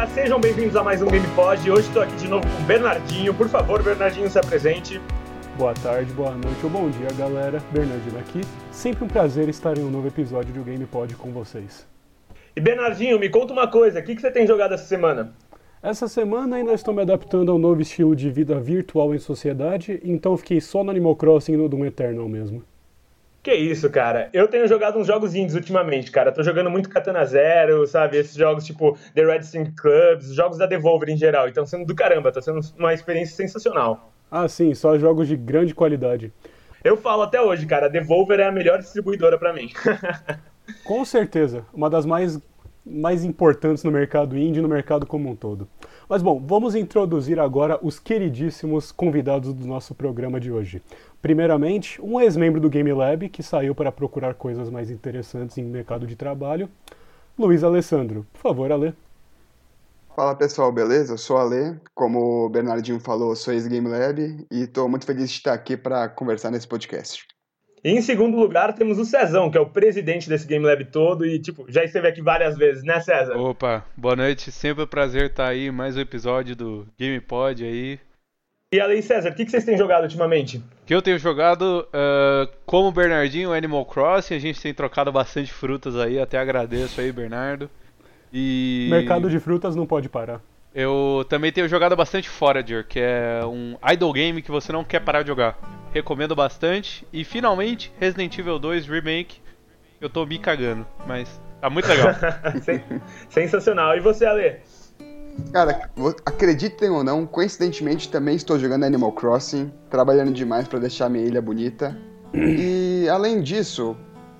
galera, sejam bem-vindos a mais um GamePod. Hoje estou aqui de novo com o Bernardinho. Por favor, Bernardinho, se apresente. Boa tarde, boa noite ou bom dia, galera. Bernardinho aqui. Sempre um prazer estar em um novo episódio do GamePod com vocês. E Bernardinho, me conta uma coisa, o que você tem jogado essa semana? Essa semana ainda estou me adaptando ao novo estilo de vida virtual em sociedade, então fiquei só no Animal Crossing e no Doom Eternal mesmo. Que isso, cara. Eu tenho jogado uns jogos indies ultimamente, cara. Tô jogando muito Katana Zero, sabe? Esses jogos tipo The Red String Clubs, jogos da Devolver em geral. E tão sendo do caramba, tá sendo uma experiência sensacional. Ah, sim, só jogos de grande qualidade. Eu falo até hoje, cara, a Devolver é a melhor distribuidora pra mim. Com certeza, uma das mais importantes no mercado indie e no mercado como um todo. Mas bom, vamos introduzir agora os queridíssimos convidados do nosso programa de hoje. Primeiramente, um ex-membro do Game Lab que saiu para procurar coisas mais interessantes em mercado de trabalho, Luiz Alessandro. Por favor, Ale. Fala pessoal, beleza? Eu sou o Ale, como o Bernardinho falou, eu sou ex-Game Lab e estou muito feliz de estar aqui para conversar nesse podcast. E em segundo lugar temos o Cezão, que é o presidente desse Game Lab todo e, já esteve aqui várias vezes, né, César? Opa, boa noite, sempre um prazer estar aí, mais um episódio do GamePod aí. E além, César, o que vocês têm jogado ultimamente? O que eu tenho jogado, como o Bernardinho, Animal Crossing, a gente tem trocado bastante frutas aí, até agradeço aí, Bernardo. E mercado de frutas não pode parar. Eu também tenho jogado bastante Forager, que é um idle game que você não quer parar de jogar. Recomendo bastante. E finalmente, Resident Evil 2 Remake. Eu tô me cagando, mas tá muito legal. Sensacional. E você, Ale? Cara, acreditem ou não, coincidentemente também estou jogando Animal Crossing, trabalhando demais para deixar minha ilha bonita. E além disso,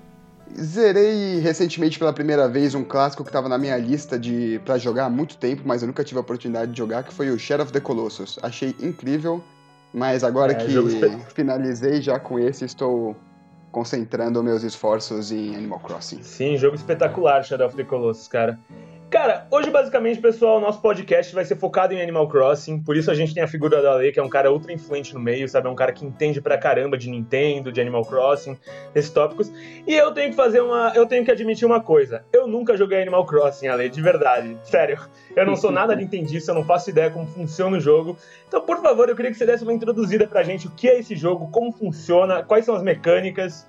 zerei recentemente pela primeira vez um clássico que estava na minha lista pra jogar há muito tempo, mas eu nunca tive a oportunidade de jogar, que foi o Shadow of the Colossus. Achei incrível, mas agora que finalizei já com esse, estou concentrando meus esforços em Animal Crossing. Sim, jogo espetacular, Shadow of the Colossus, cara. Cara, hoje basicamente, pessoal, o nosso podcast vai ser focado em Animal Crossing, por isso a gente tem a figura do Ale, que é um cara ultra influente no meio, sabe? É um cara que entende pra caramba de Nintendo, de Animal Crossing, desses tópicos. E eu tenho que admitir uma coisa, eu nunca joguei Animal Crossing, Ale, de verdade, sério. Eu não sou nada nintendista, eu não faço ideia como funciona o jogo. Então, por favor, eu queria que você desse uma introduzida pra gente, o que é esse jogo, como funciona, quais são as mecânicas.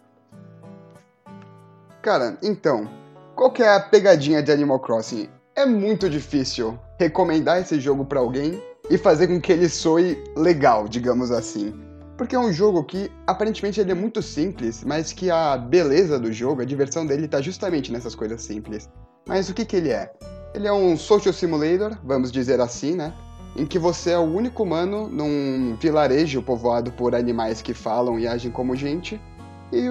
Cara, então, qual que é a pegadinha de Animal Crossing? É muito difícil recomendar esse jogo pra alguém e fazer com que ele soe legal, digamos assim. Porque é um jogo que, aparentemente, ele é muito simples, mas que a beleza do jogo, a diversão dele tá justamente nessas coisas simples. Mas o que ele é? Ele é um social simulator, vamos dizer assim, né? Em que você é o único humano num vilarejo povoado por animais que falam e agem como gente. E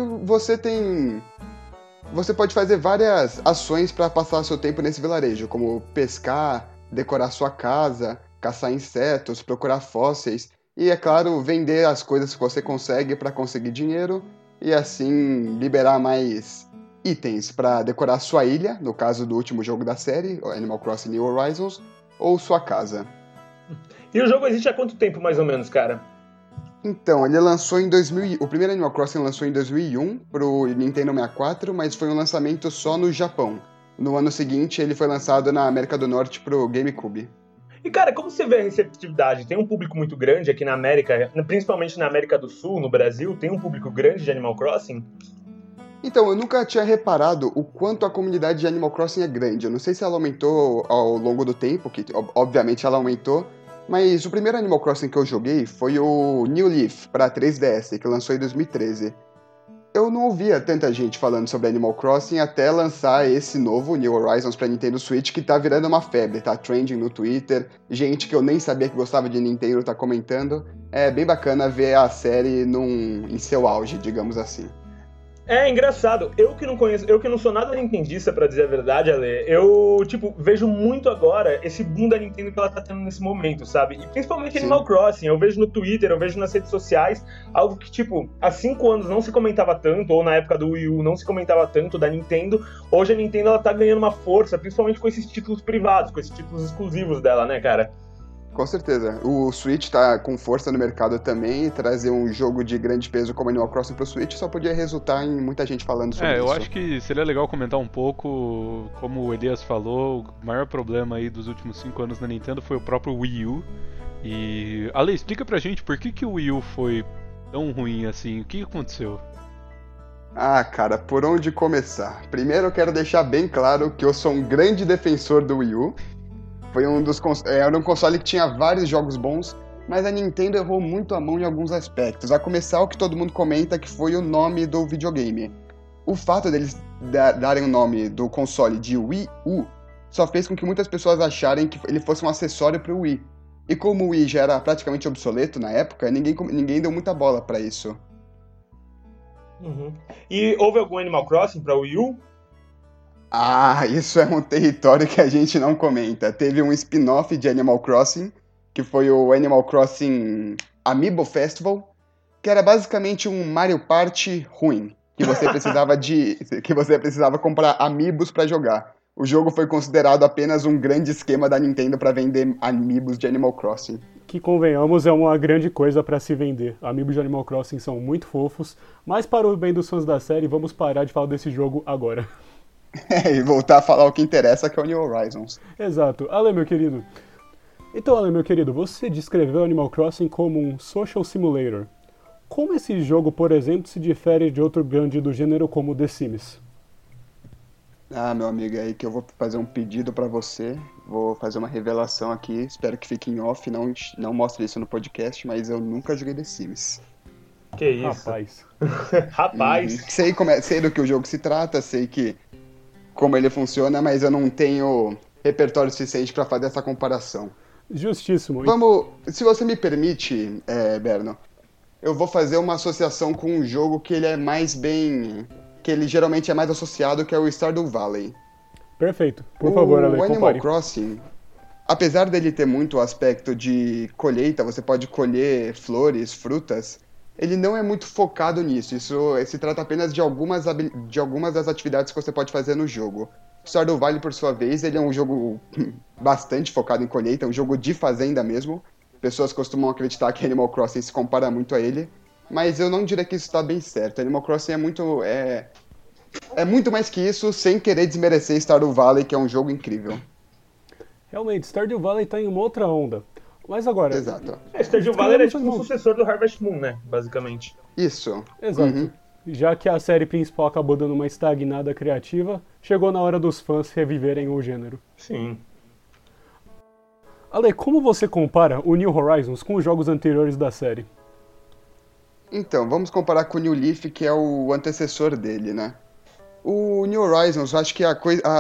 você pode fazer várias ações para passar seu tempo nesse vilarejo, como pescar, decorar sua casa, caçar insetos, procurar fósseis e, é claro, vender as coisas que você consegue para conseguir dinheiro e assim liberar mais itens para decorar sua ilha, no caso do último jogo da série, Animal Crossing New Horizons, ou sua casa. E o jogo existe há quanto tempo, mais ou menos, cara? Então, ele lançou em 2000. O primeiro Animal Crossing lançou em 2001 pro Nintendo 64, mas foi um lançamento só no Japão. No ano seguinte, ele foi lançado na América do Norte pro GameCube. E, cara, como você vê a receptividade? Tem um público muito grande aqui na América, principalmente na América do Sul, no Brasil, tem um público grande de Animal Crossing? Então, eu nunca tinha reparado o quanto a comunidade de Animal Crossing é grande. Eu não sei se ela aumentou ao longo do tempo, que obviamente ela aumentou, mas o primeiro Animal Crossing que eu joguei foi o New Leaf para 3DS, que lançou em 2013. Eu não ouvia tanta gente falando sobre Animal Crossing até lançar esse novo New Horizons para Nintendo Switch, que tá virando uma febre, tá trending no Twitter, gente que eu nem sabia que gostava de Nintendo tá comentando. É bem bacana ver a série em seu auge, digamos assim. É engraçado, eu que não sou nada nintendista, pra dizer a verdade, Ale, eu, vejo muito agora esse boom da Nintendo que ela tá tendo nesse momento, sabe? E principalmente Sim. Animal Crossing, eu vejo no Twitter, eu vejo nas redes sociais, algo que, há 5 anos não se comentava tanto, ou na época do Wii U não se comentava tanto da Nintendo, hoje a Nintendo, ela tá ganhando uma força, principalmente com esses títulos privados, com esses títulos exclusivos dela, né, cara? Com certeza. O Switch tá com força no mercado também, e trazer um jogo de grande peso como Animal Crossing pro Switch só podia resultar em muita gente falando sobre isso. Eu acho que seria legal comentar um pouco, como o Elias falou, o maior problema aí dos últimos 5 anos na Nintendo foi o próprio Wii U. E, Ale, explica pra gente por que o Wii U foi tão ruim assim, o que aconteceu? Ah, cara, por onde começar? Primeiro eu quero deixar bem claro que eu sou um grande defensor do Wii U. Era um console que tinha vários jogos bons, mas a Nintendo errou muito a mão em alguns aspectos. A começar o que todo mundo comenta, que foi o nome do videogame. O fato deles darem o nome do console de Wii U só fez com que muitas pessoas acharem que ele fosse um acessório pro Wii. E como o Wii já era praticamente obsoleto na época, ninguém deu muita bola pra isso. Uhum. E houve algum Animal Crossing pra Wii U? Ah, isso é um território que a gente não comenta. Teve um spin-off de Animal Crossing, que foi o Animal Crossing Amiibo Festival, que era basicamente um Mario Party ruim, que você precisava comprar amiibos pra jogar. O jogo foi considerado apenas um grande esquema da Nintendo pra vender amiibos de Animal Crossing. Que, convenhamos, é uma grande coisa pra se vender. Amigos de Animal Crossing são muito fofos, mas para o bem dos fãs da série, vamos parar de falar desse jogo agora. E voltar a falar o que interessa, que é o New Horizons. Exato. Ale, meu querido. Então, Ale, meu querido, você descreveu Animal Crossing como um social simulator. Como esse jogo, por exemplo, se difere de outro grande do gênero como The Sims? Ah, meu amigo, é aí que eu vou fazer um pedido pra você. Vou fazer uma revelação aqui. Espero que fique em off, não mostre isso no podcast, mas eu nunca joguei The Sims. Que isso? Rapaz. Rapaz. Sei do que o jogo se trata, sei como ele funciona, mas eu não tenho repertório suficiente pra fazer essa comparação. Justíssimo. Se você me permite, Berno, eu vou fazer uma associação com um jogo que ele é que ele geralmente é mais associado, que é o Stardew Valley. Perfeito. Por favor, Ale, O Animal compare. Crossing, apesar dele ter muito aspecto de colheita, você pode colher flores, frutas, ele não é muito focado nisso. Isso se trata apenas de algumas das atividades que você pode fazer no jogo. Stardew Valley, por sua vez, ele é um jogo bastante focado em colheita, é um jogo de fazenda mesmo. Pessoas costumam acreditar que Animal Crossing se compara muito a ele, mas eu não diria que isso está bem certo. Animal Crossing é muito mais que isso, sem querer desmerecer Stardew Valley, que é um jogo incrível. Realmente, Stardew Valley tá em uma outra onda. Mas agora... Exato. Stardew Valley era tipo um sucessor do Harvest Moon, né? Basicamente. Isso. Exato. Uhum. Já que a série principal acabou dando uma estagnada criativa, chegou na hora dos fãs reviverem o gênero. Sim. Ale, como você compara o New Horizons com os jogos anteriores da série? Então, vamos comparar com o New Leaf, que é o antecessor dele, né? O New Horizons, eu acho que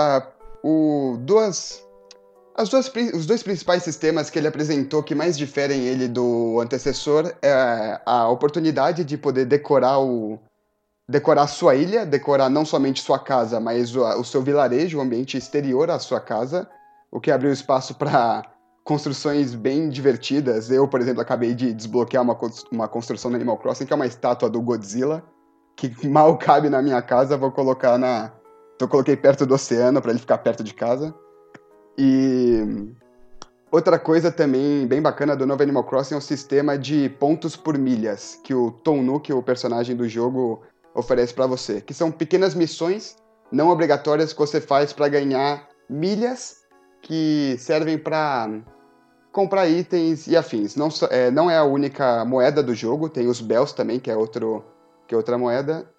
os dois principais sistemas que ele apresentou que mais diferem ele do antecessor é a oportunidade de poder decorar a sua ilha, decorar não somente sua casa, mas o seu vilarejo, o ambiente exterior à sua casa, o que abriu espaço para construções bem divertidas. Eu, por exemplo, acabei de desbloquear uma construção no Animal Crossing, que é uma estátua do Godzilla, que mal cabe na minha casa, eu coloquei perto do oceano para ele ficar perto de casa. E outra coisa também bem bacana do novo Animal Crossing é o sistema de pontos por milhas, que o Tom Nook, o personagem do jogo, oferece para você, que são pequenas missões não obrigatórias que você faz para ganhar milhas que servem para comprar itens e afins. Não é a única moeda do jogo, tem os Bells também, que é outra moeda.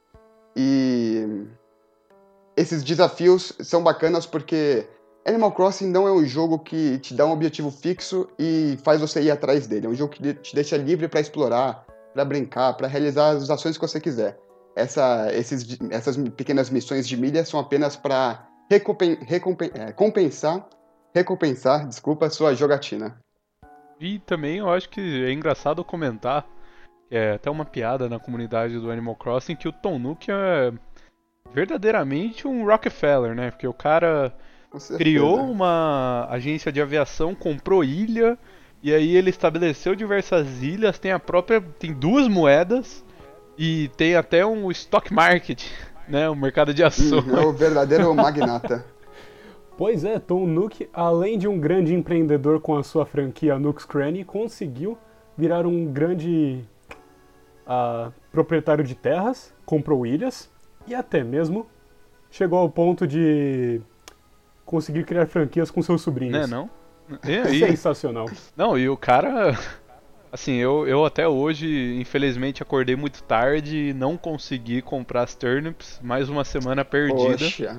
E esses desafios são bacanas porque Animal Crossing não é um jogo que te dá um objetivo fixo e faz você ir atrás dele. É um jogo que te deixa livre para explorar, para brincar, para realizar as ações que você quiser. Essas pequenas missões de milha são apenas para recompensar a sua jogatina. E também eu acho que é engraçado comentar, é até uma piada na comunidade do Animal Crossing, que o Tom Nook é verdadeiramente um Rockefeller, né? Porque o cara criou uma agência de aviação, comprou ilha, e aí ele estabeleceu diversas ilhas, tem 2 moedas e tem até um stock market, né? Um mercado de ações. É o verdadeiro magnata. Pois é, Tom Nook, além de um grande empreendedor com a sua franquia Nook's Cranny, conseguiu virar um grande proprietário de terras, comprou ilhas e até mesmo chegou ao ponto de conseguir criar franquias com seus sobrinhos. Não? Sensacional. Não, e o cara... Assim, eu até hoje, infelizmente, acordei muito tarde e não consegui comprar as turnips. Mais uma semana perdida. Poxa.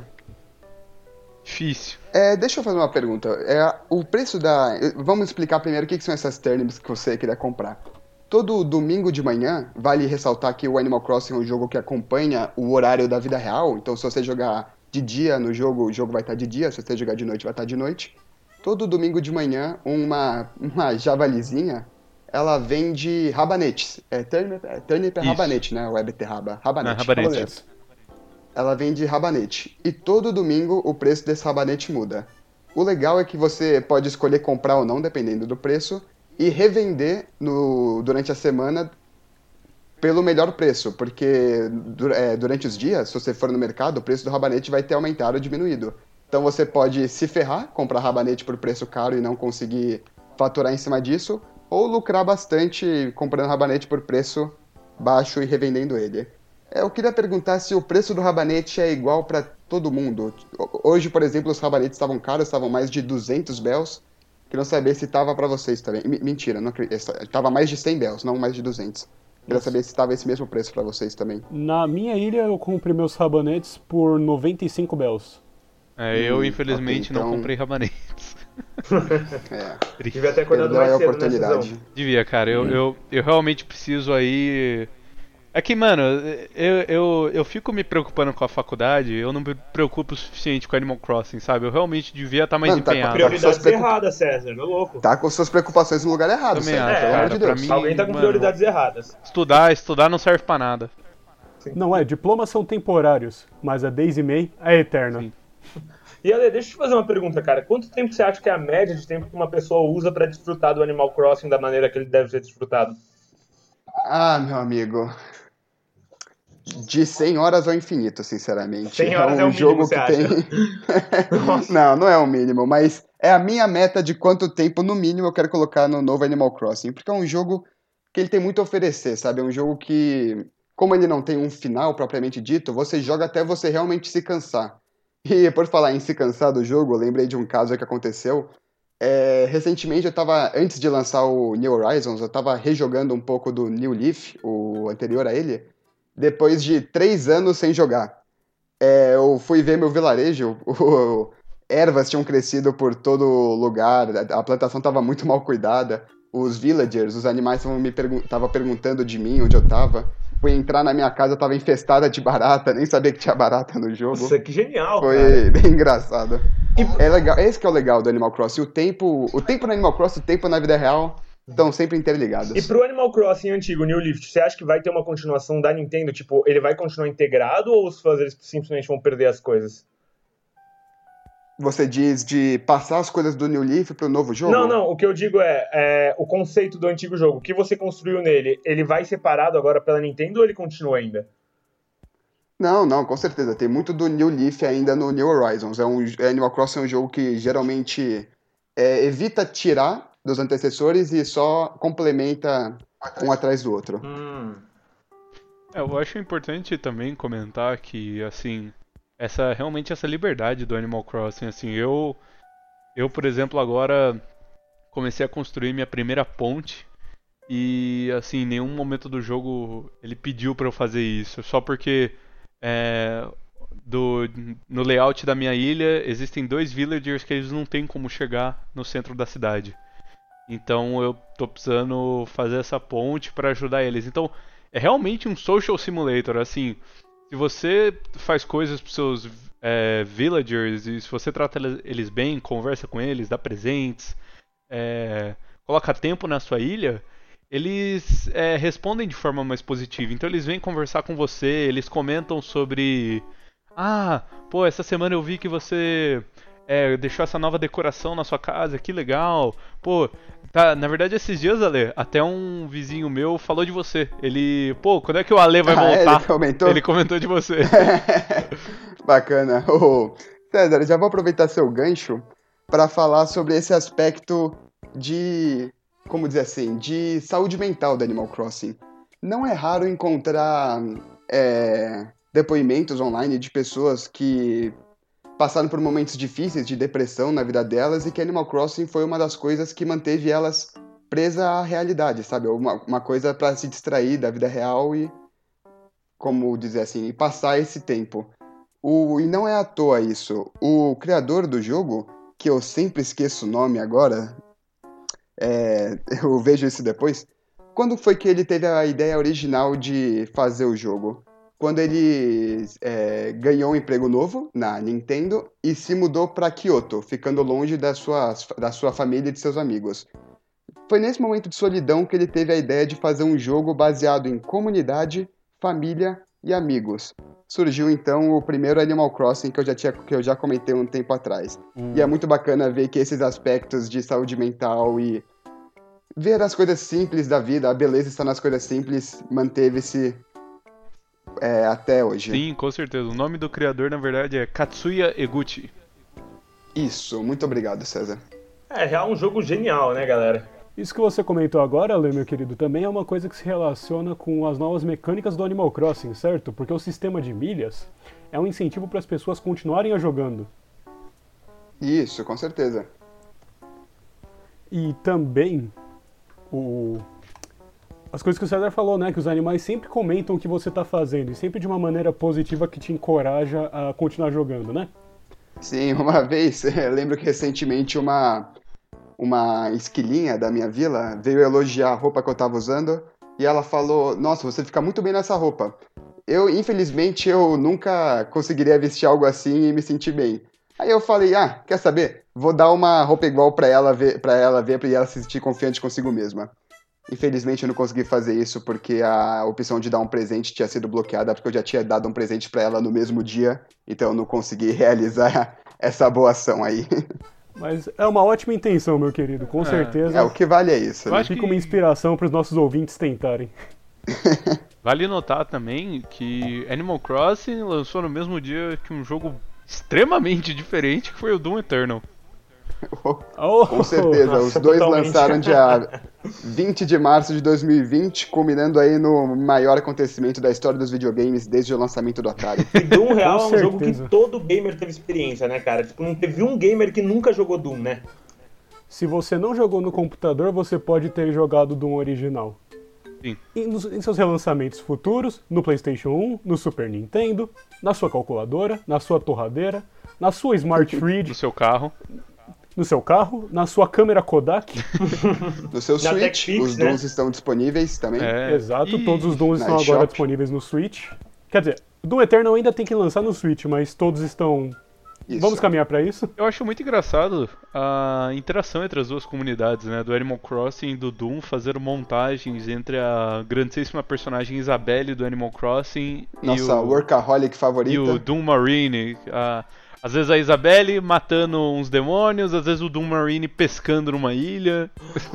Difícil. Deixa eu fazer uma pergunta. O preço da... Vamos explicar primeiro o que são essas turnips que você queria comprar. Todo domingo de manhã, vale ressaltar que o Animal Crossing é um jogo que acompanha o horário da vida real. Então, se você jogar de dia no jogo, o jogo vai estar de dia. Se você jogar de noite, vai estar de noite. Todo domingo de manhã, uma javalizinha, ela vende rabanetes. Turnip é rabanete, né? O beterraba. Rabanete. Ela vende rabanete. E todo domingo o preço desse rabanete muda. O legal é que você pode escolher comprar ou não, dependendo do preço, e revender durante a semana pelo melhor preço. Porque durante os dias, se você for no mercado, o preço do rabanete vai ter aumentado ou diminuído. Então você pode se ferrar, comprar rabanete por preço caro e não conseguir faturar em cima disso, ou lucrar bastante comprando rabanete por preço baixo e revendendo ele. Eu queria perguntar se o preço do rabanete é igual para todo mundo. Hoje, por exemplo, os rabanetes estavam caros, estavam mais de 200 bells. Queria saber se estava para vocês também. Mentira, não acredito. Estava mais de 100 bells, não mais de 200. Queria saber se estava esse mesmo preço para vocês também. Na minha ilha eu comprei meus rabanetes por 95 bells. Eu infelizmente okay, então... não comprei rabanetes. Devia ter acordado mais cedo nessa decisão. Devia, cara. Eu realmente preciso aí... É que, mano, eu fico me preocupando com a faculdade, eu não me preocupo o suficiente com Animal Crossing, sabe? Eu realmente devia estar mais empenhado. Tá com prioridades erradas, César, meu louco. Tá com suas preocupações no lugar errado, também César, acho, pelo amor de Deus. Pra mim, alguém tá com prioridades erradas. Estudar não serve pra nada. Sim. Não diplomas são temporários, mas a Daisy May é eterna. Sim. E Ale, deixa eu te fazer uma pergunta, cara. Quanto tempo você acha que é a média de tempo que uma pessoa usa pra desfrutar do Animal Crossing da maneira que ele deve ser desfrutado? Ah, meu amigo... De 100 horas ao infinito, sinceramente. 100 horas é um jogo que tem... Não é o mínimo, mas é a minha meta de quanto tempo, no mínimo, eu quero colocar no novo Animal Crossing. Porque é um jogo que ele tem muito a oferecer, sabe? É um jogo que, como ele não tem um final propriamente dito, você joga até você realmente se cansar. E por falar em se cansar do jogo, eu lembrei de um caso que aconteceu. Recentemente, antes de lançar o New Horizons, eu tava rejogando um pouco do New Leaf, o anterior a ele, depois de 3 anos sem jogar. Eu fui ver meu vilarejo, ervas tinham crescido por todo lugar, a plantação estava muito mal cuidada, os villagers, os animais estavam perguntando de mim, onde eu estava. Fui entrar na minha casa, estava infestada de barata, nem sabia que tinha barata no jogo. Nossa, que genial, Foi cara. Bem engraçado. É legal, esse que é o legal do Animal Crossing, o tempo no Animal Crossing, o tempo na vida real... Estão sempre interligados. E pro Animal Crossing antigo, New Leaf, você acha que vai ter uma continuação da Nintendo? Tipo, ele vai continuar integrado ou os fãs eles simplesmente vão perder as coisas? Você diz de passar as coisas do New Leaf pro novo jogo? Não, o que eu digo é o conceito do antigo jogo. O que você construiu nele, ele vai separado agora pela Nintendo ou ele continua ainda? Não, com certeza. Tem muito do New Leaf ainda no New Horizons. Animal Crossing é um jogo que geralmente evita tirar dos antecessores e só complementa um atrás do outro. Eu acho importante também comentar que, assim, realmente essa liberdade do Animal Crossing, assim, eu por exemplo, agora comecei a construir minha primeira ponte e, assim, em nenhum momento do jogo ele pediu pra eu fazer isso, só porque no layout da minha ilha existem 2 villagers que eles não têm como chegar no centro da cidade. Então eu tô precisando fazer essa ponte para ajudar eles. Então é realmente um social simulator. Assim, se você faz coisas pros seus villagers e se você trata eles bem, conversa com eles, dá presentes, coloca tempo na sua ilha, eles respondem de forma mais positiva. Então eles vêm conversar com você, eles comentam sobre... essa semana eu vi que você... deixou essa nova decoração na sua casa, que legal. Na verdade esses dias, Ale, até um vizinho meu falou de você. Ele, quando é que o Ale vai voltar? Ele comentou? Ele comentou de você. Bacana. César, já vou aproveitar seu gancho para falar sobre esse aspecto de, como dizer assim, de saúde mental do Animal Crossing. Não é raro encontrar depoimentos online de pessoas que passaram por momentos difíceis de depressão na vida delas e que Animal Crossing foi uma das coisas que manteve elas presas à realidade, sabe? Uma coisa para se distrair da vida real e, como dizer assim, e passar esse tempo. E não é à toa isso. O criador do jogo, que eu sempre esqueço o nome agora, eu vejo isso depois. Quando foi que ele teve a ideia original de fazer o jogo? Quando ele ganhou um emprego novo na Nintendo e se mudou para Kyoto, ficando longe da sua família e de seus amigos. Foi nesse momento de solidão que ele teve a ideia de fazer um jogo baseado em comunidade, família e amigos. Surgiu então o primeiro Animal Crossing que eu já comentei um tempo atrás. E é muito bacana ver que esses aspectos de saúde mental e ver as coisas simples da vida, a beleza está nas coisas simples, manteve-se até hoje. Sim, com certeza. O nome do criador, na verdade, é Katsuya Eguchi. Isso, muito obrigado, César. É um jogo genial, né, galera? Isso que você comentou agora, Lê, meu querido, também é uma coisa que se relaciona com as novas mecânicas do Animal Crossing, certo? Porque o sistema de milhas é um incentivo para as pessoas continuarem a jogando. Isso, com certeza. E também as coisas que o César falou, né? Que os animais sempre comentam o que você está fazendo e sempre de uma maneira positiva que te encoraja a continuar jogando, né? Sim, uma vez, eu lembro que recentemente uma esquilinha da minha vila veio elogiar a roupa que eu tava usando e ela falou, nossa, você fica muito bem nessa roupa. Infelizmente, eu nunca conseguiria vestir algo assim e me sentir bem. Aí eu falei, quer saber? Vou dar uma roupa igual pra ela ver e ela se sentir confiante consigo mesma. Infelizmente eu não consegui fazer isso porque a opção de dar um presente tinha sido bloqueada porque eu já tinha dado um presente pra ela no mesmo dia, então eu não consegui realizar essa boa ação aí. Mas é uma ótima intenção, meu querido, com certeza. O que vale é isso. Né? Fica uma inspiração para os nossos ouvintes tentarem. Vale notar também que Animal Crossing lançou no mesmo dia que um jogo extremamente diferente, que foi o Doom Eternal. Com certeza, nossa, os dois totalmente. Lançaram dia 20 de março de 2020, culminando aí no maior acontecimento da história dos videogames desde o lançamento do Atari. E Doom Real é um jogo que todo gamer teve experiência, né, cara? Tipo, não teve um gamer que nunca jogou Doom, né? Se você não jogou no computador, você pode ter jogado Doom original. Sim. Em seus relançamentos futuros, no PlayStation 1, no Super Nintendo, na sua calculadora, na sua torradeira, na sua Smart Fridge, no seu carro, na sua câmera Kodak, no seu Switch, os Dooms estão disponíveis também. Exato, todos os Dooms estão agora disponíveis no Switch. Quer dizer, Doom Eternal ainda tem que lançar no Switch, mas todos estão... Isso. Vamos caminhar pra isso? Eu acho muito engraçado a interação entre as duas comunidades, né? Do Animal Crossing e do Doom, fazendo montagens entre a grandíssima personagem Isabelle do Animal Crossing nossa workaholic favorita. E o Doom Marine. Às vezes a Isabelle matando uns demônios, às vezes o Doom Marine pescando numa ilha.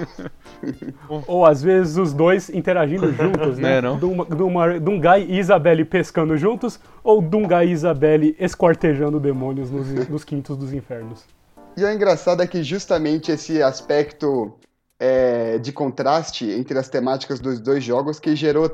Ou às vezes os dois interagindo juntos, né? Doom Guy e Isabelle pescando juntos, ou Doom Guy e Isabelle esquartejando demônios nos quintos dos infernos. E o engraçado é que justamente esse aspecto de contraste entre as temáticas dos dois jogos que gerou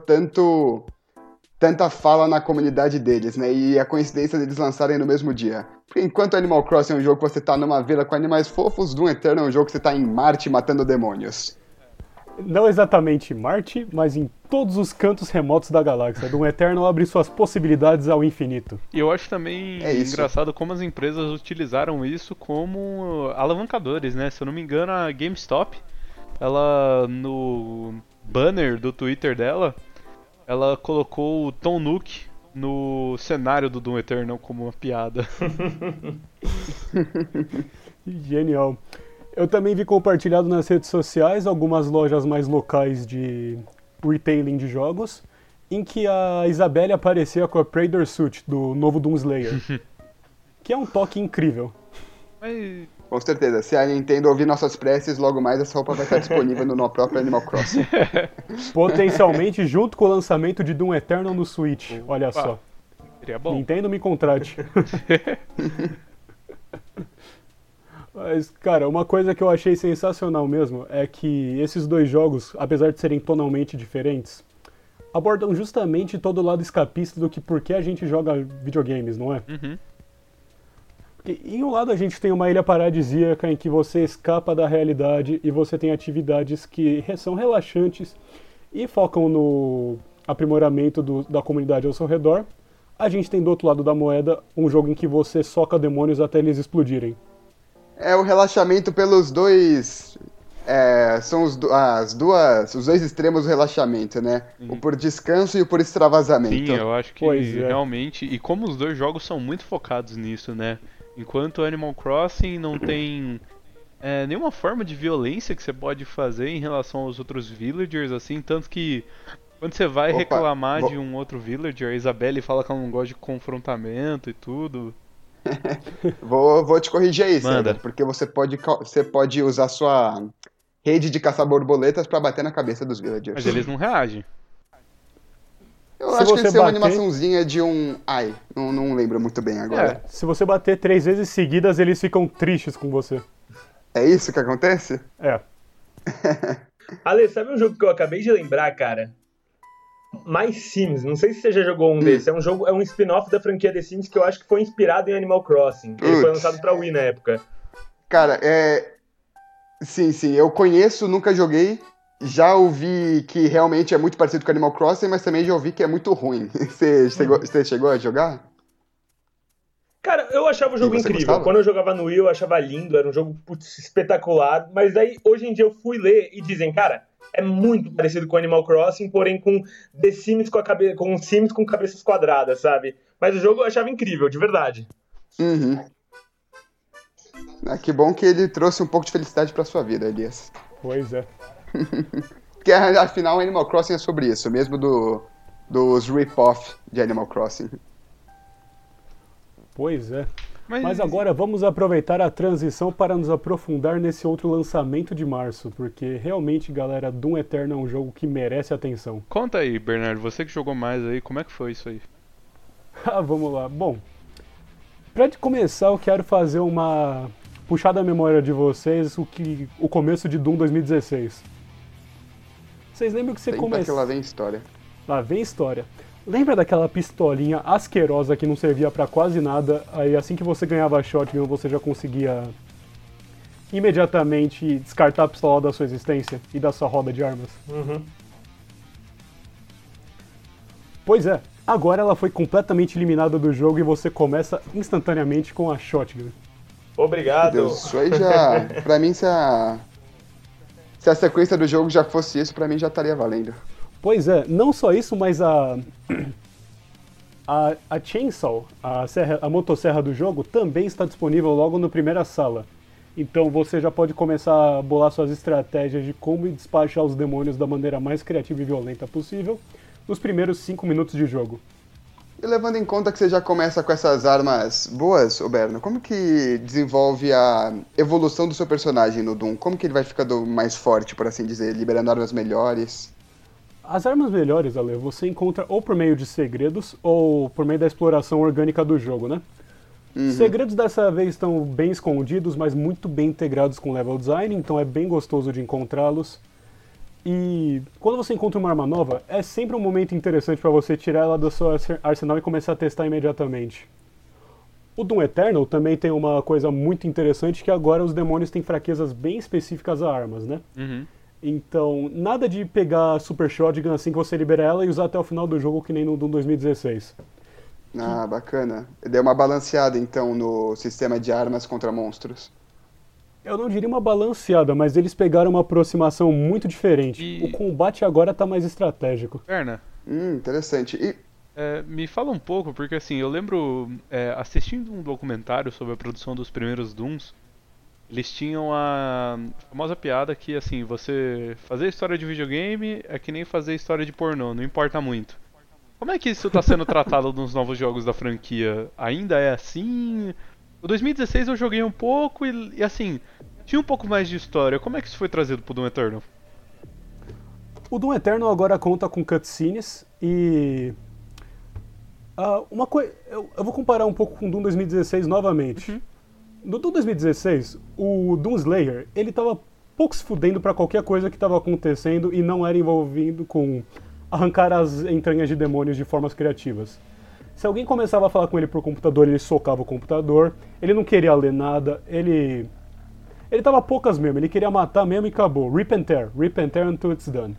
tanta fala na comunidade deles, né? E a coincidência deles lançarem no mesmo dia. Porque enquanto Animal Crossing é um jogo que você tá numa vila com animais fofos, Doom Eternal é um jogo que você tá em Marte matando demônios. Não exatamente em Marte, mas em todos os cantos remotos da galáxia. Doom Eternal abre suas possibilidades ao infinito. E eu acho também engraçado como as empresas utilizaram isso como alavancadores, né? Se eu não me engano, a GameStop, ela no banner do Twitter dela, ela colocou o Tom Nook no cenário do Doom Eternal como uma piada. Genial. Eu também vi compartilhado nas redes sociais algumas lojas mais locais de retailing de jogos, em que a Isabelle aparecia com a Prader Suit do novo Doom Slayer, que é um toque incrível. Mas... Com certeza, se a Nintendo ouvir nossas preces, logo mais essa roupa vai estar disponível no próprio Animal Crossing. Potencialmente junto com o lançamento de Doom Eternal no Switch, olha só. Seria bom. Nintendo me contrate. Mas, cara, uma coisa que eu achei sensacional mesmo é que esses dois jogos, apesar de serem tonalmente diferentes, abordam justamente todo o lado escapista do que por que a gente joga videogames, não é? Uhum. Porque em um lado a gente tem uma ilha paradisíaca em que você escapa da realidade e você tem atividades que são relaxantes e focam no aprimoramento da comunidade ao seu redor. A gente tem do outro lado da moeda um jogo em que você soca demônios até eles explodirem. É o relaxamento pelos dois. São os dois extremos do relaxamento, né? O por descanso e o por extravasamento. Sim, eu acho que Pois é. realmente. E como os dois jogos são muito focados nisso, né? Enquanto Animal Crossing não tem nenhuma forma de violência que você pode fazer em relação aos outros villagers, assim, tanto que quando você vai Opa, reclamar vou- de um outro villager, a Isabelle fala que ela não gosta de confrontamento e tudo. Vou te corrigir aí, Manda. César, porque você pode usar sua rede de caçar borboletas pra bater na cabeça dos villagers. Mas eles não reagem. Eu Se acho que você eles têm uma bater- animaçãozinha de um. Ai, não lembro muito bem agora. Se você bater 3 vezes seguidas, eles ficam tristes com você. É isso que acontece? É. Ale, sabe um jogo que eu acabei de lembrar, cara? My Sims, não sei se você já jogou um desse. É um spin-off da franquia The Sims que eu acho que foi inspirado em Animal Crossing. Ele foi Putz. lançado pra Wii na época. Cara, Sim, eu conheço, nunca joguei. Já ouvi que realmente é muito parecido com Animal Crossing, mas também já ouvi que é muito ruim. Você chegou a jogar? Cara, eu achava o jogo E você incrível. gostava? Quando eu jogava no Wii, eu achava lindo, era um jogo putz, espetacular. Mas daí, hoje em dia, eu fui ler e dizem, cara, é muito parecido com Animal Crossing, porém com The Sims com Sims com cabeças quadradas, sabe? Mas o jogo eu achava incrível, de verdade. Uhum. Que bom que ele trouxe um pouco de felicidade pra sua vida, Elias. Pois é. Porque afinal Animal Crossing é sobre isso, mesmo dos rip-off de Animal Crossing. Pois é. Mas, Mas agora vamos aproveitar a transição para nos aprofundar nesse outro lançamento de março, porque realmente, galera, Doom Eternal é um jogo que merece atenção. conta aí, Bernardo, você que jogou mais aí, como é que foi isso aí? Vamos lá. Bom, para começar, eu quero fazer puxar da memória de vocês o começo de Doom 2016. Vocês lembram que você Senta que começou... lá vem história. Lá vem história. Lembra daquela pistolinha asquerosa que não servia pra quase nada? Aí assim que você ganhava a shotgun, você já conseguia imediatamente descartar a pistola da sua existência e da sua roda de armas? Uhum. Pois é, agora ela foi completamente eliminada do jogo e você começa instantaneamente com a shotgun. Obrigado. Deus, isso aí já. Pra mim, se a sequência do jogo já fosse isso, pra mim já estaria valendo. Pois é, não só isso, mas a Chainsaw, a motosserra do jogo, também está disponível logo na primeira sala. Então você já pode começar a bolar suas estratégias de como despachar os demônios da maneira mais criativa e violenta possível nos primeiros 5 minutos de jogo. E levando em conta que você já começa com essas armas boas, Berno, como que desenvolve a evolução do seu personagem no Doom? Como que ele vai ficando mais forte, por assim dizer, liberando armas melhores? As armas melhores, Ale, você encontra ou por meio de segredos ou por meio da exploração orgânica do jogo, né? Segredos dessa vez estão bem escondidos, mas muito bem integrados com o level design, então é bem gostoso de encontrá-los. E quando você encontra uma arma nova, é sempre um momento interessante para você tirar ela do seu arsenal e começar a testar imediatamente. O Doom Eternal também tem uma coisa muito interessante, que agora os demônios têm fraquezas bem específicas a armas, né? Uhum. Então, nada de pegar Super Shotgun assim que você libera ela e usar até o final do jogo, que nem no Doom 2016. Ah, bacana. Deu uma balanceada, então, no sistema de armas contra monstros. Eu não diria uma balanceada, mas eles pegaram uma aproximação muito diferente. E- O combate agora tá mais estratégico. Berna, Interessante. E me fala um pouco, porque assim, eu lembro assistindo um documentário sobre a produção dos primeiros Dooms, eles tinham a famosa piada que assim, você fazer história de videogame é que nem fazer história de pornô, não importa muito. Como é que isso está sendo tratado nos novos jogos da franquia? Ainda é assim? O 2016 eu joguei um pouco e assim, tinha um pouco mais de história. Como é que isso foi trazido pro Doom Eternal? O Doom Eternal agora conta com cutscenes e... eu vou comparar um pouco com o Doom 2016 novamente. no Doom 2016, o Doom Slayer, ele tava pouco se fudendo pra qualquer coisa que tava acontecendo e não era envolvido com arrancar as entranhas de demônios de formas criativas. Se alguém começava a falar com ele por computador, ele socava o computador, ele não queria ler nada, ele tava poucas mesmo, ele queria matar mesmo e acabou. Rip and tear until it's done.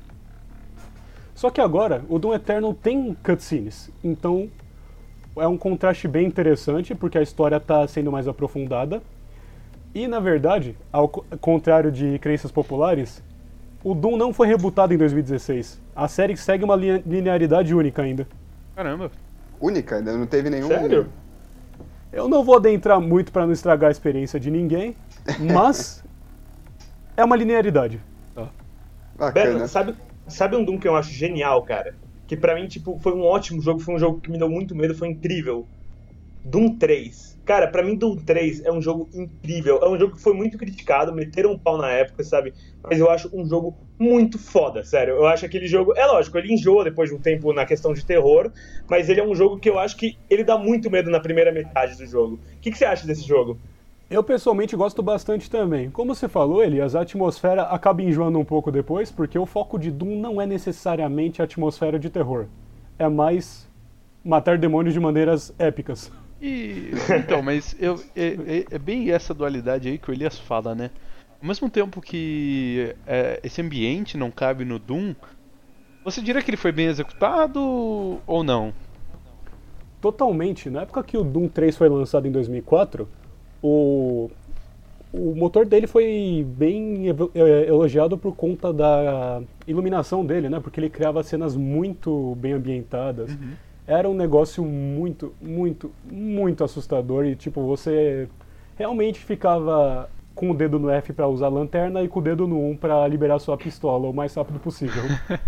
Só que agora, o Doom Eternal tem cutscenes, então é um contraste bem interessante, porque a história está sendo mais aprofundada. E, na verdade, ao contrário de crenças populares, o Doom não foi rebootado em 2016. A série segue uma linearidade única ainda. Caramba. Única? Ainda não teve nenhum... Sério? Eu não vou adentrar muito para não estragar a experiência de ninguém, mas é uma linearidade. Bacana. Berna, sabe um Doom que eu acho genial, cara? Que pra mim, tipo, foi um ótimo jogo, foi um jogo que me deu muito medo, foi incrível. Doom 3. Cara, pra mim Doom 3 é um jogo incrível. É um jogo que foi muito criticado, meteram um pau na época, sabe? Mas eu acho um jogo muito foda, sério. Eu acho aquele jogo... É lógico, ele enjoa depois de um tempo na questão de terror, mas ele é um jogo que eu acho que ele dá muito medo na primeira metade do jogo. O que você acha desse jogo? Eu pessoalmente gosto bastante também. Como você falou, Elias, a atmosfera acaba enjoando um pouco depois, porque o foco de Doom não é necessariamente a atmosfera de terror. É mais matar demônios de maneiras épicas. Então, mas é bem essa dualidade aí que o Elias fala, né? Ao mesmo tempo que esse ambiente não cabe no Doom, você diria que ele foi bem executado ou não? Totalmente. Na época que o Doom 3 foi lançado em 2004, o motor dele foi bem elogiado por conta da iluminação dele, né? Porque ele criava cenas muito bem ambientadas. Uhum. Era um negócio muito, muito, muito assustador e, tipo, você realmente ficava com o dedo no F pra usar a lanterna e com o dedo no 1 pra liberar sua pistola o mais rápido possível.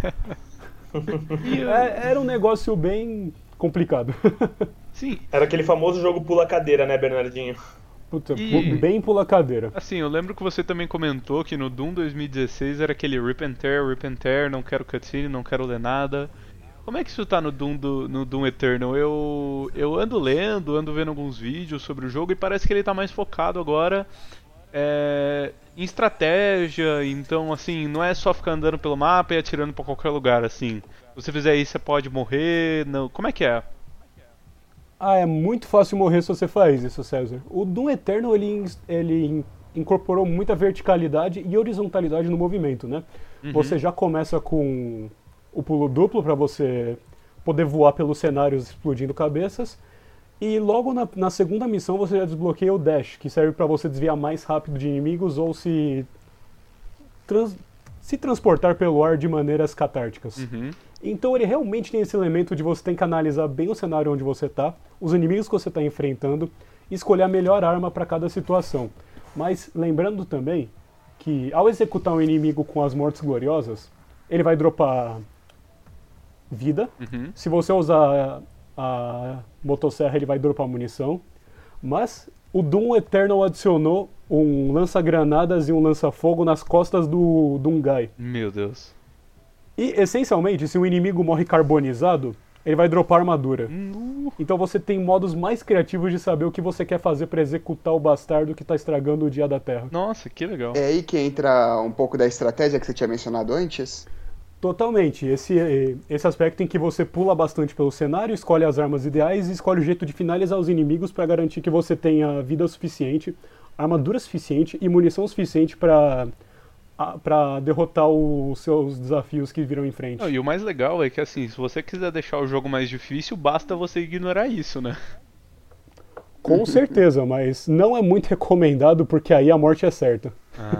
Era um negócio bem complicado. Sim. Era aquele famoso jogo pula-cadeira, né, Bernardinho? Puta, bem pula cadeira. Assim, eu lembro que você também comentou que no Doom 2016 era aquele rip and tear, não quero cutscene, não quero ler nada. Como é que isso tá no Doom Eternal? Eu ando lendo, ando vendo alguns vídeos sobre o jogo e parece que ele tá mais focado agora em estratégia, então assim, não é só ficar andando pelo mapa e atirando pra qualquer lugar, assim. Se você fizer isso, você pode morrer, não... Como é que é? É muito fácil morrer se você faz isso, César. O Doom Eternal, ele incorporou muita verticalidade e horizontalidade no movimento, né? Uhum. Você já começa com o pulo duplo para você poder voar pelos cenários explodindo cabeças. E logo na segunda missão você já desbloqueia o Dash, que serve para você desviar mais rápido de inimigos ou se transportar pelo ar de maneiras catárticas. Uhum. Então ele realmente tem esse elemento de você ter que analisar bem o cenário onde você está, os inimigos que você está enfrentando e escolher a melhor arma para cada situação. Mas lembrando também que ao executar um inimigo com as mortes gloriosas, ele vai dropar vida. Uhum. Se você usar a motosserra, ele vai dropar munição. Mas o Doom Eternal adicionou um lança-granadas e um lança-fogo nas costas do Doomguy. Meu Deus. E, essencialmente, se um inimigo morre carbonizado, ele vai dropar armadura. Então você tem modos mais criativos de saber o que você quer fazer para executar o bastardo que tá estragando o dia da Terra. Nossa, que legal. É aí que entra um pouco da estratégia que você tinha mencionado antes? Totalmente. Esse aspecto em que você pula bastante pelo cenário, escolhe as armas ideais e escolhe o jeito de finalizar os inimigos para garantir que você tenha vida suficiente, armadura suficiente e munição suficiente para derrotar os seus desafios que virão em frente. Não, e o mais legal é que, assim, se você quiser deixar o jogo mais difícil, basta você ignorar isso, né? Com certeza, mas não é muito recomendado porque aí a morte é certa.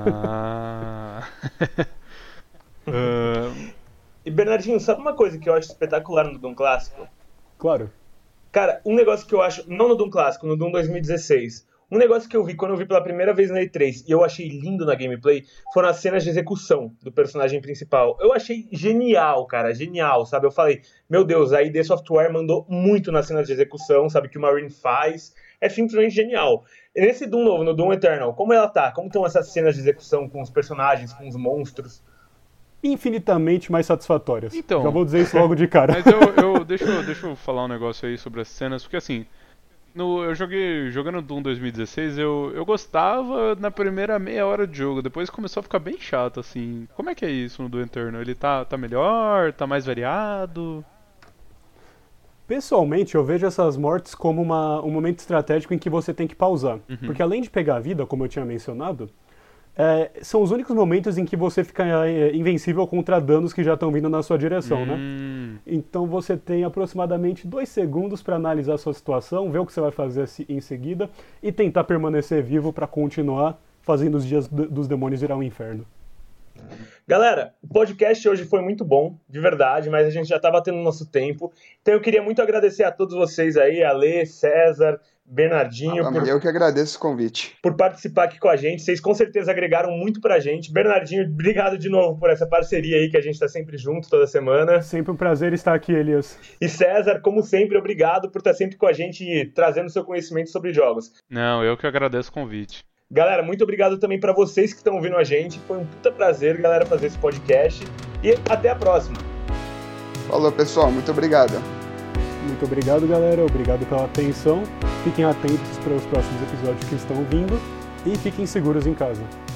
E Bernardinho, sabe uma coisa que eu acho espetacular no Doom clássico? Claro. Cara, um negócio que eu acho, não no Doom clássico, no Doom 2016, um negócio que eu vi quando eu vi pela primeira vez na E3 e eu achei lindo na gameplay foram as cenas de execução do personagem principal. Eu achei genial, cara, genial, sabe? Eu falei, meu Deus, a ID Software mandou muito nas cenas de execução, sabe? Que o Marine faz, é simplesmente genial. E nesse Doom novo, no Doom Eternal, como ela tá? Como estão essas cenas de execução com os personagens, com os monstros? Infinitamente mais satisfatórias. Então, já vou dizer isso logo de cara. Mas deixa eu falar um negócio aí sobre as cenas, porque assim, Eu joguei jogando Doom 2016, eu gostava na primeira meia hora de jogo, depois começou a ficar bem chato, assim. Como é que é isso no Doom Eternal? Ele tá melhor? Tá mais variado? Pessoalmente, eu vejo essas mortes como um momento estratégico em que você tem que pausar. Porque além de pegar a vida, como eu tinha mencionado, são os únicos momentos em que você fica invencível contra danos que já estão vindo na sua direção, né? Então você tem aproximadamente 2 segundos para analisar a sua situação, ver o que você vai fazer em seguida e tentar permanecer vivo para continuar fazendo os dias dos demônios virar um inferno. Galera, o podcast hoje foi muito bom, de verdade, mas a gente já tá batendo no nosso tempo. Então eu queria muito agradecer a todos vocês aí, Ale, César, Bernardinho. Eu que agradeço o convite. Por participar aqui com a gente. Vocês com certeza agregaram muito pra gente. Bernardinho, obrigado de novo por essa parceria aí que a gente tá sempre junto toda semana. Sempre um prazer estar aqui, Elias. E César, como sempre, obrigado por estar sempre com a gente e trazendo seu conhecimento sobre jogos. Não, eu que agradeço o convite. Galera, muito obrigado também pra vocês que estão ouvindo a gente. Foi um puta prazer, galera, fazer esse podcast. E até a próxima. Falou, pessoal. Muito obrigado. Muito obrigado, galera. Obrigado pela atenção. Fiquem atentos para os próximos episódios que estão vindo. E fiquem seguros em casa.